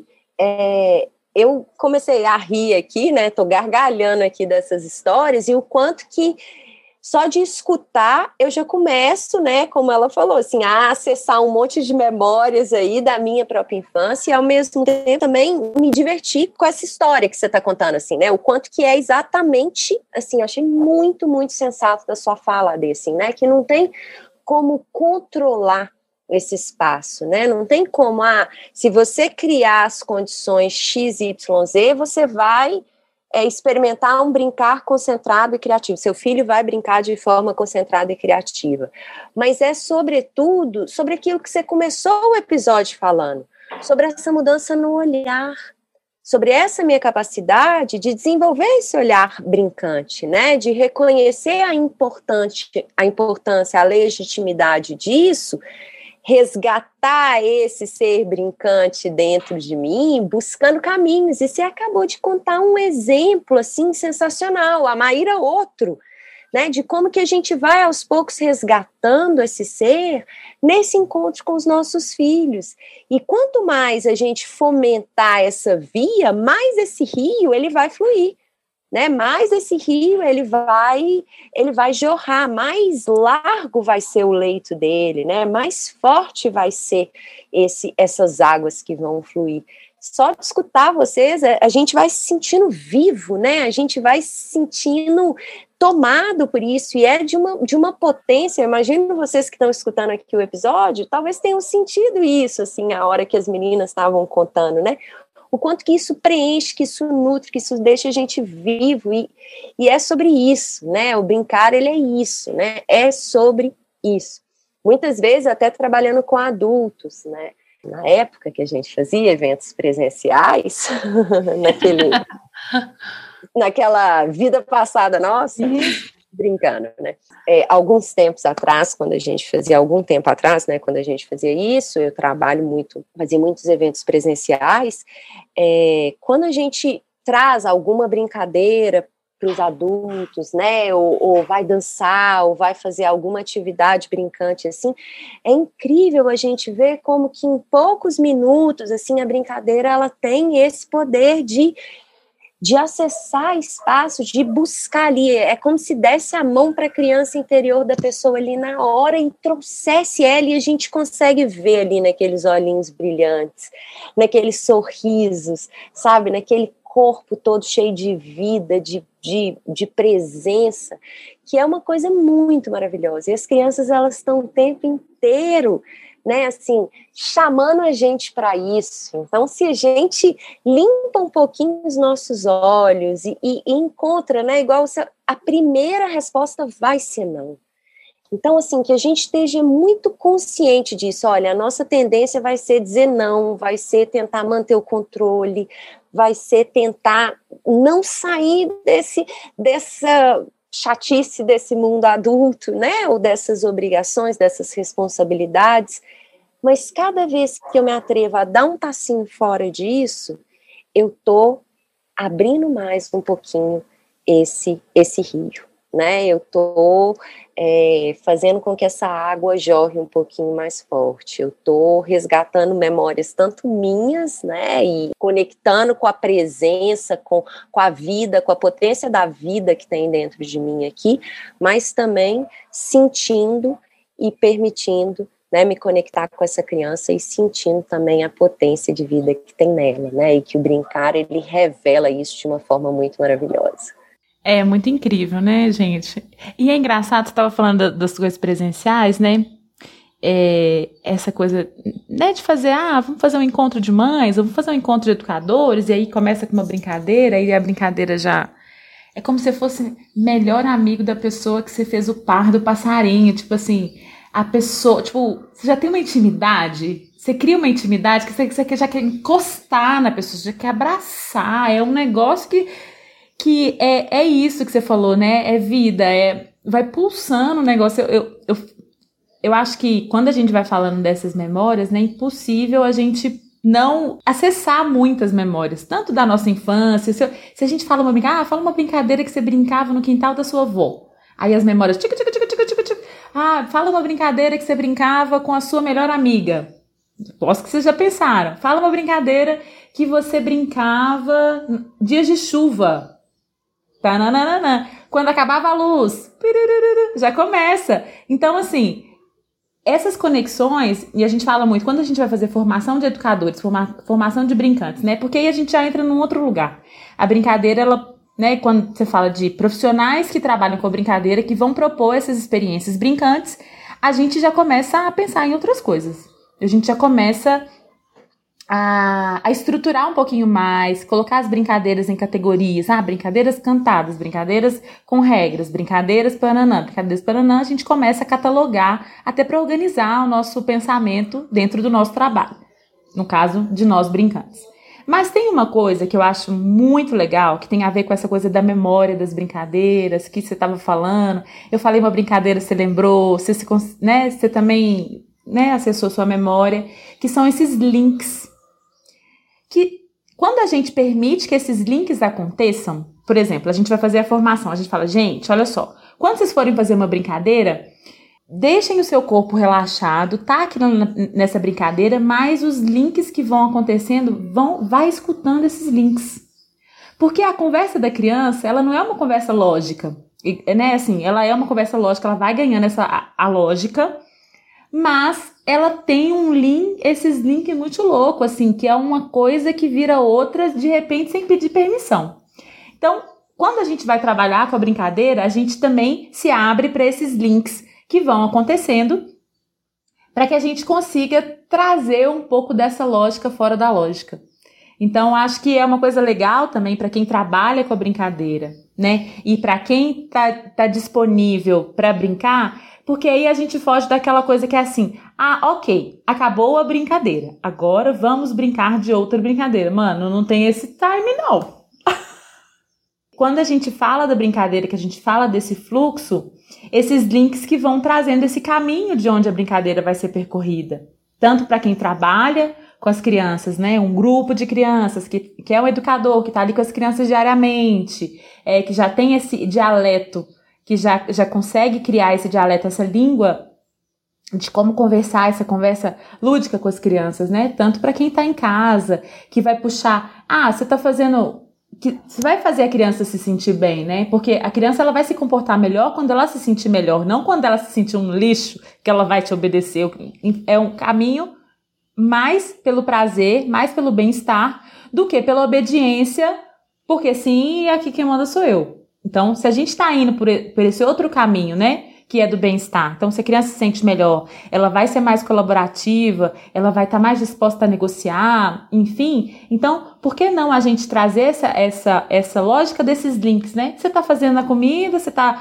eu comecei a rir aqui, né, tô gargalhando aqui dessas histórias, e o quanto que só de escutar eu já começo, né, como ela falou, assim, a acessar um monte de memórias aí da minha própria infância e ao mesmo tempo também me divertir com essa história que você está contando, assim, né, o quanto que é exatamente, assim, eu achei muito, muito sensato da sua fala desse, né, que não tem como controlar esse espaço, né, não tem como, se você criar as condições X, Y, Z, você vai experimentar um brincar concentrado e criativo. Seu filho vai brincar de forma concentrada e criativa. Mas é, sobretudo, sobre aquilo que você começou o episódio falando, sobre essa mudança no olhar, sobre essa minha capacidade de desenvolver esse olhar brincante, né? De reconhecer a importância, a legitimidade disso, resgatar esse ser brincante dentro de mim, buscando caminhos. E você acabou de contar um exemplo, assim, sensacional. A Maíra, outro, né, de como que a gente vai, aos poucos, resgatando esse ser nesse encontro com os nossos filhos. E quanto mais a gente fomentar essa via, mais esse rio, ele vai fluir. Né, mais esse rio ele vai jorrar, mais largo vai ser o leito dele, né, mais forte vai ser essas águas que vão fluir. Só de escutar vocês, a gente vai se sentindo vivo, né, a gente vai se sentindo tomado por isso, e é de uma potência. Eu imagino vocês que estão escutando aqui o episódio, talvez tenham sentido isso, assim, a hora que as meninas estavam contando, né, o quanto que isso preenche, que isso nutre, que isso deixa a gente vivo, e é sobre isso, né, o brincar, ele é isso, né, é sobre isso. Muitas vezes até trabalhando com adultos, né, na época que a gente fazia eventos presenciais, naquela vida passada nossa, brincando, né? Algum tempo atrás, quando a gente fazia isso, eu fazia muitos eventos presenciais, quando a gente traz alguma brincadeira para os adultos, né, ou vai dançar, ou vai fazer alguma atividade brincante, assim, é incrível a gente ver como que em poucos minutos, assim, a brincadeira, ela tem esse poder de acessar espaços, de buscar ali, é como se desse a mão para a criança interior da pessoa ali na hora e trouxesse ela, e a gente consegue ver ali naqueles olhinhos brilhantes, naqueles sorrisos, sabe, naquele corpo todo cheio de vida, de presença, que é uma coisa muito maravilhosa. E as crianças, elas estão o tempo inteiro, né, assim, chamando a gente para isso. Então, se a gente limpa um pouquinho os nossos olhos e encontra, né, igual a primeira resposta vai ser não. Então, assim, que a gente esteja muito consciente disso. Olha, a nossa tendência vai ser dizer não, vai ser tentar manter o controle, vai ser tentar não sair dessa chatice desse mundo adulto, né? Ou dessas obrigações, dessas responsabilidades. Mas cada vez que eu me atrevo a dar um passinho fora disso, eu estou abrindo mais um pouquinho esse rio, né? Eu estou fazendo com que essa água jorre um pouquinho mais forte. Eu estou resgatando memórias tanto minhas, né? E conectando com a presença, com a vida, com a potência da vida que tem dentro de mim aqui, mas também sentindo e permitindo, né, me conectar com essa criança e sentindo também a potência de vida que tem nela, né? E que o brincar, ele revela isso de uma forma muito maravilhosa. É muito incrível, né, gente? E é engraçado, você estava falando das coisas presenciais, né? Essa coisa, né, de fazer, vamos fazer um encontro de mães, vamos fazer um encontro de educadores, e aí começa com uma brincadeira, e a brincadeira já... É como se você melhor amigo da pessoa que você fez o par do passarinho, tipo assim, a pessoa, tipo, você já tem uma intimidade, você cria uma intimidade que você já quer encostar na pessoa, você já quer abraçar, é um negócio que é isso que você falou, né? É vida, vai pulsando o negócio. Eu acho que quando a gente vai falando dessas memórias, né, é impossível a gente não acessar muitas memórias, tanto da nossa infância. Se a gente fala fala uma brincadeira que você brincava no quintal da sua avó. Aí as memórias, fala uma brincadeira que você brincava com a sua melhor amiga. Posso que vocês já pensaram. Fala uma brincadeira que você brincava dias de chuva. Tananana. Quando acabava a luz, já começa. Então, assim, essas conexões, e a gente fala muito, quando a gente vai fazer formação de educadores, formação de brincantes, né? Porque aí a gente já entra num outro lugar. A brincadeira, ela, né, quando você fala de profissionais que trabalham com a brincadeira, que vão propor essas experiências brincantes, a gente já começa a pensar em outras coisas. A gente já começa a estruturar um pouquinho mais, colocar as brincadeiras em categorias, brincadeiras cantadas, brincadeiras com regras, brincadeiras pananã, a gente começa a catalogar até para organizar o nosso pensamento dentro do nosso trabalho, no caso de nós brincantes. Mas tem uma coisa que eu acho muito legal, que tem a ver com essa coisa da memória das brincadeiras, que você estava falando, eu falei uma brincadeira, você lembrou, você também, né, acessou sua memória, que são esses links, que quando a gente permite que esses links aconteçam, por exemplo, a gente vai fazer a formação, a gente fala, gente, olha só, quando vocês forem fazer uma brincadeira, deixem o seu corpo relaxado, tá aqui nessa brincadeira, mas os links que vão acontecendo, vai escutando esses links. Porque a conversa da criança, ela não é uma conversa lógica, né, assim, ela é uma conversa lógica, ela vai ganhando a lógica, mas ela tem esses links muito loucos, assim, que é uma coisa que vira outra, de repente, sem pedir permissão. Então, quando a gente vai trabalhar com a brincadeira, a gente também se abre para esses links que vão acontecendo, para que a gente consiga trazer um pouco dessa lógica fora da lógica. Então, acho que é uma coisa legal também para quem trabalha com a brincadeira, né? E para quem tá disponível para brincar, porque aí a gente foge daquela coisa que é assim, ok, acabou a brincadeira, agora vamos brincar de outra brincadeira. Mano, não tem esse time, não. Quando a gente fala da brincadeira, que a gente fala desse fluxo, esses links que vão trazendo esse caminho de onde a brincadeira vai ser percorrida. Tanto para quem trabalha com as crianças, né? Um grupo de crianças que é um educador que está ali com as crianças diariamente, que já tem esse dialeto, que já consegue criar esse dialeto, essa língua de como conversar, essa conversa lúdica com as crianças, né? Tanto para quem está em casa, que vai puxar, você vai fazer a criança se sentir bem, né? Porque a criança ela vai se comportar melhor quando ela se sentir melhor, não quando ela se sentir um lixo que ela vai te obedecer. É um caminho mais pelo prazer, mais pelo bem-estar, do que pela obediência, porque sim, e aqui quem manda sou eu. Então, se a gente está indo por esse outro caminho, né? Que é do bem-estar. Então, se a criança se sente melhor, ela vai ser mais colaborativa, ela vai estar mais disposta a negociar, enfim. Então, por que não a gente trazer essa lógica desses links, né? Você está fazendo a comida, você está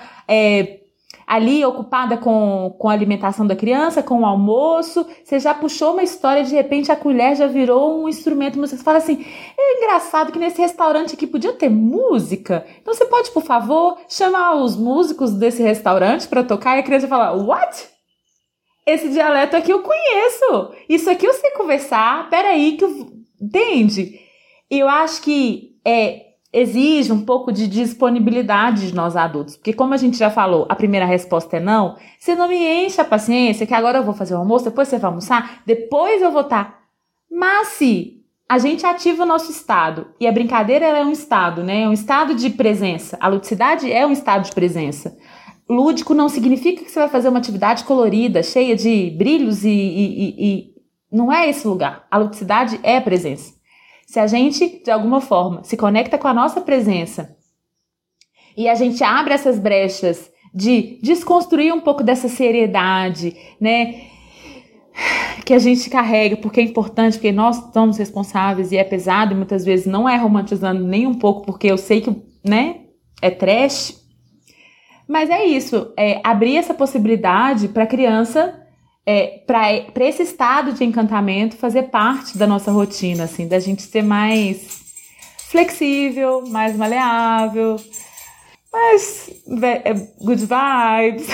ali ocupada com a alimentação da criança, com o almoço, você já puxou uma história, de repente a colher já virou um instrumento, você fala assim, é engraçado que nesse restaurante aqui podia ter música, então você pode, por favor, chamar os músicos desse restaurante para tocar, e a criança fala, what? Esse dialeto aqui eu conheço, isso aqui eu sei conversar, peraí, entende? E eu acho que exige um pouco de disponibilidade de nós adultos. Porque como a gente já falou, a primeira resposta é não. Você não me enche a paciência, que agora eu vou fazer o almoço, depois você vai almoçar, depois eu vou estar. Mas se a gente ativa o nosso estado, e a brincadeira ela é um estado, né? É um estado de presença. A ludicidade é um estado de presença. Lúdico não significa que você vai fazer uma atividade colorida, cheia de brilhos e não é esse lugar. A ludicidade é a presença. Se a gente, de alguma forma, se conecta com a nossa presença e a gente abre essas brechas de desconstruir um pouco dessa seriedade, né, que a gente carrega, porque é importante, porque nós somos responsáveis e é pesado, e muitas vezes não é romantizando nem um pouco, porque eu sei que, né, é trash. Mas é isso, abrir essa possibilidade para a criança, para esse estado de encantamento fazer parte da nossa rotina, assim, da gente ser mais flexível, mais maleável, mais good vibes.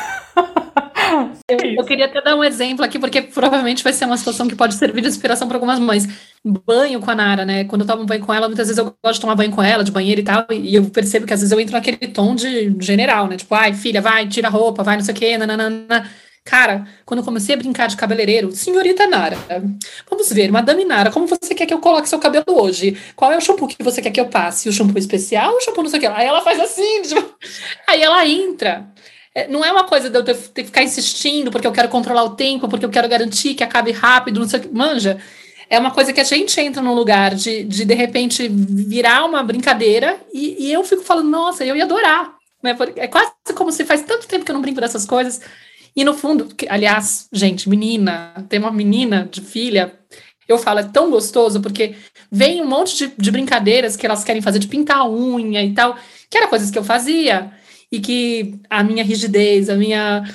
Eu queria até dar um exemplo aqui, porque provavelmente vai ser uma situação que pode servir de inspiração para algumas mães. Banho com a Nara, né? Quando eu tomo banho com ela, muitas vezes eu gosto de tomar banho com ela, de banheiro e tal, e eu percebo que às vezes eu entro naquele tom de general, né? Tipo, ai, filha, vai, tira a roupa, vai, não sei o quê, nananana. Cara, quando eu comecei a brincar de cabeleireiro, senhorita Nara, vamos ver, madame Nara, como você quer que eu coloque seu cabelo hoje? Qual é o shampoo que você quer que eu passe? O shampoo especial ou o shampoo não sei o que? Aí ela faz assim, tipo, aí ela entra. Não é uma coisa de eu ter que ficar insistindo porque eu quero controlar o tempo, porque eu quero garantir que acabe rápido, não sei o que, manja. É uma coisa que a gente entra num lugar de repente, virar uma brincadeira e eu fico falando, nossa, eu ia adorar. Né? É quase como se faz tanto tempo que eu não brinco dessas coisas. E no fundo, aliás, gente, tem uma menina de filha, eu falo, é tão gostoso, porque vem um monte de brincadeiras que elas querem fazer, de pintar a unha e tal, que eram coisas que eu fazia, e que a minha rigidez, o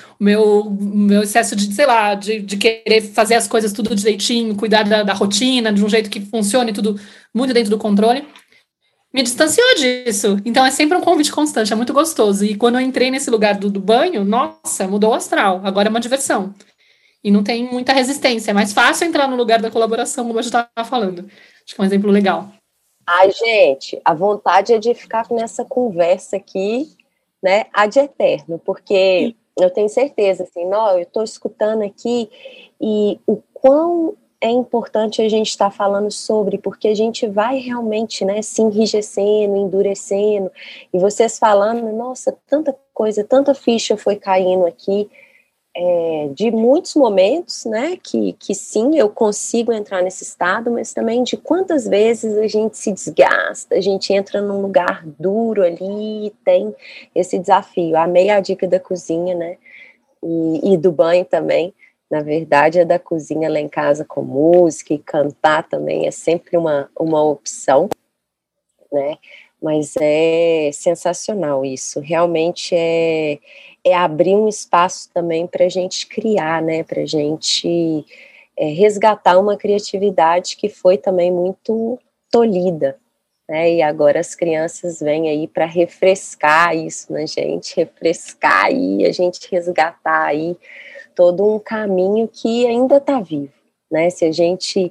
meu excesso de, sei lá, de querer fazer as coisas tudo direitinho, cuidar da rotina, de um jeito que funcione, tudo muito dentro do controle, me distanciou disso. Então é sempre um convite constante, é muito gostoso. E quando eu entrei nesse lugar do banho, nossa, mudou o astral. Agora é uma diversão. E não tem muita resistência. É mais fácil entrar no lugar da colaboração, como a gente estava falando. Acho que é um exemplo legal. Ai, gente, a vontade é de ficar nessa conversa aqui, né, ad eterno, porque eu tenho certeza, assim, eu estou escutando aqui e o quão é importante a gente estar falando sobre, porque a gente vai realmente, né, se enrijecendo, endurecendo, e vocês falando, nossa, tanta coisa, tanta ficha foi caindo aqui, de muitos momentos, né, que sim, eu consigo entrar nesse estado, mas também de quantas vezes a gente se desgasta, a gente entra num lugar duro ali e tem esse desafio. Amei a dica da cozinha, né, e do banho também. Na verdade, a da cozinha lá em casa com música e cantar também é sempre uma opção, né? Mas é sensacional isso. Realmente é abrir um espaço também para a gente criar, né? Para a gente resgatar uma criatividade que foi também muito tolhida, né? E agora as crianças vêm aí para refrescar isso na gente, refrescar aí, a gente resgatar aí todo um caminho que ainda está vivo, né? Se a gente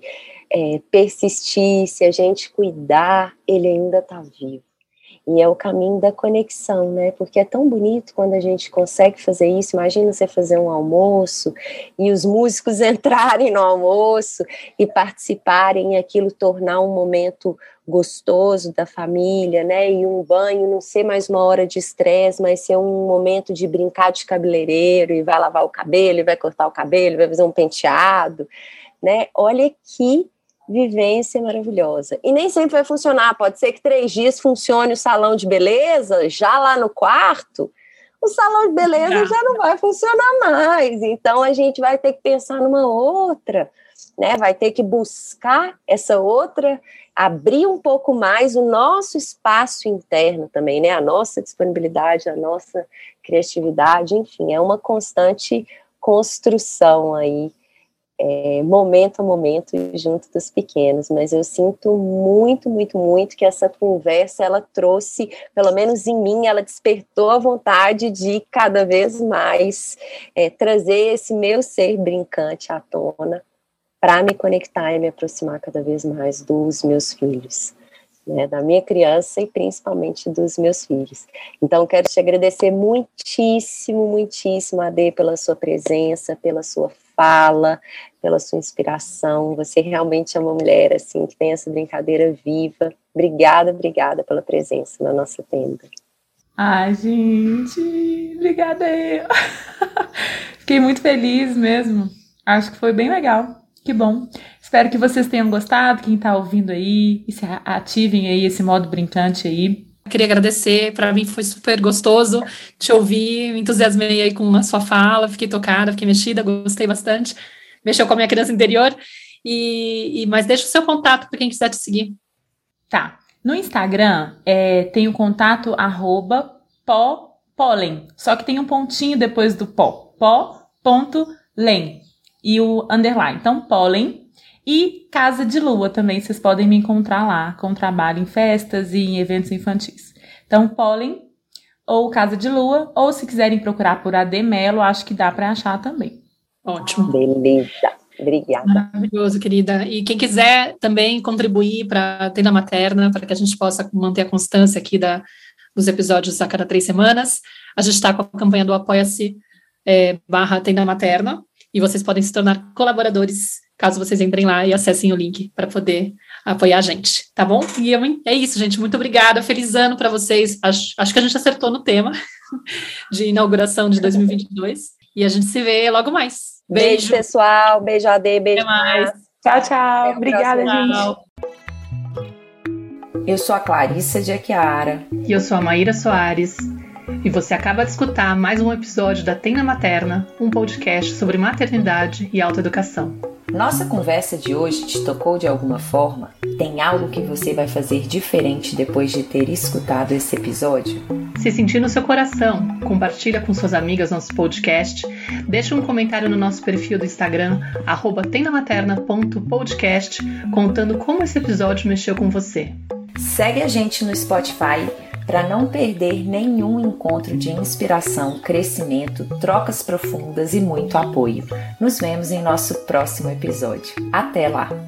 persistir, se a gente cuidar, ele ainda está vivo. E é o caminho da conexão, né? Porque é tão bonito quando a gente consegue fazer isso. Imagina você fazer um almoço e os músicos entrarem no almoço e participarem e aquilo tornar um momento gostoso da família, né? E um banho não ser mais uma hora de estresse, mas ser um momento de brincar de cabeleireiro e vai lavar o cabelo, e vai cortar o cabelo, vai fazer um penteado, né? Olha que vivência maravilhosa. E nem sempre vai funcionar, pode ser que 3 dias funcione o salão de beleza, já lá no quarto, o salão de beleza já não vai funcionar mais, então a gente vai ter que pensar numa outra, né? Vai ter que buscar essa outra, abrir um pouco mais o nosso espaço interno também, né? A nossa disponibilidade, a nossa criatividade, enfim, é uma constante construção aí, momento a momento junto dos pequenos, mas eu sinto muito, muito, muito que essa conversa, ela trouxe, pelo menos em mim, ela despertou a vontade de cada vez mais trazer esse meu ser brincante à tona para me conectar e me aproximar cada vez mais dos meus filhos, né, da minha criança e principalmente dos meus filhos. Então, quero te agradecer muitíssimo, muitíssimo, Ade, pela sua presença, pela sua fala, pela sua inspiração. Você realmente é uma mulher assim que tem essa brincadeira viva. Obrigada, obrigada pela presença na nossa tenda. Ai, gente, obrigada eu. Fiquei muito feliz mesmo. Acho que foi bem legal. Que bom. Espero que vocês tenham gostado, quem tá ouvindo aí, e se ativem aí esse modo brincante aí. Queria agradecer, para mim foi super gostoso te ouvir, me entusiasmei aí com a sua fala, fiquei tocada, fiquei mexida, gostei bastante, mexeu com a minha criança interior, mas deixa o seu contato para quem quiser te seguir. Tá, no Instagram tem o contato @pólen, só que tem um pontinho depois do pó.len e o underline, então pólen. E Casa de Lua também, vocês podem me encontrar lá, com trabalho em festas e em eventos infantis. Então, pólen ou Casa de Lua, ou se quiserem procurar por Ade Mello, acho que dá para achar também. Ótimo. Beleza, obrigada. Maravilhoso, querida. E quem quiser também contribuir para a Tenda Materna, para que a gente possa manter a constância aqui dos episódios a cada 3 semanas, a gente está com a campanha do Apoia-se /Tenda Materna, e vocês podem se tornar colaboradores caso vocês entrem lá e acessem o link para poder apoiar a gente, tá bom? E é isso, gente, muito obrigada, feliz ano para vocês, acho que a gente acertou no tema de inauguração de 2022, e a gente se vê logo mais. Beijo pessoal, beijo Ade, beijo. Até mais. Tchau, tchau, obrigada, gente. Eu sou a Clarissa de Aquiara. E eu sou a Maíra Soares. E você acaba de escutar mais um episódio da Tenda Materna, um podcast sobre maternidade e autoeducação. Nossa conversa de hoje te tocou de alguma forma? Tem algo que você vai fazer diferente depois de ter escutado esse episódio? Se sentir no seu coração, compartilha com suas amigas nosso podcast, deixa um comentário no nosso perfil do Instagram, @tendamaterna.podcast, contando como esse episódio mexeu com você. Segue a gente no Spotify para não perder nenhum encontro de inspiração, crescimento, trocas profundas e muito apoio. Nos vemos em nosso próximo episódio. Até lá!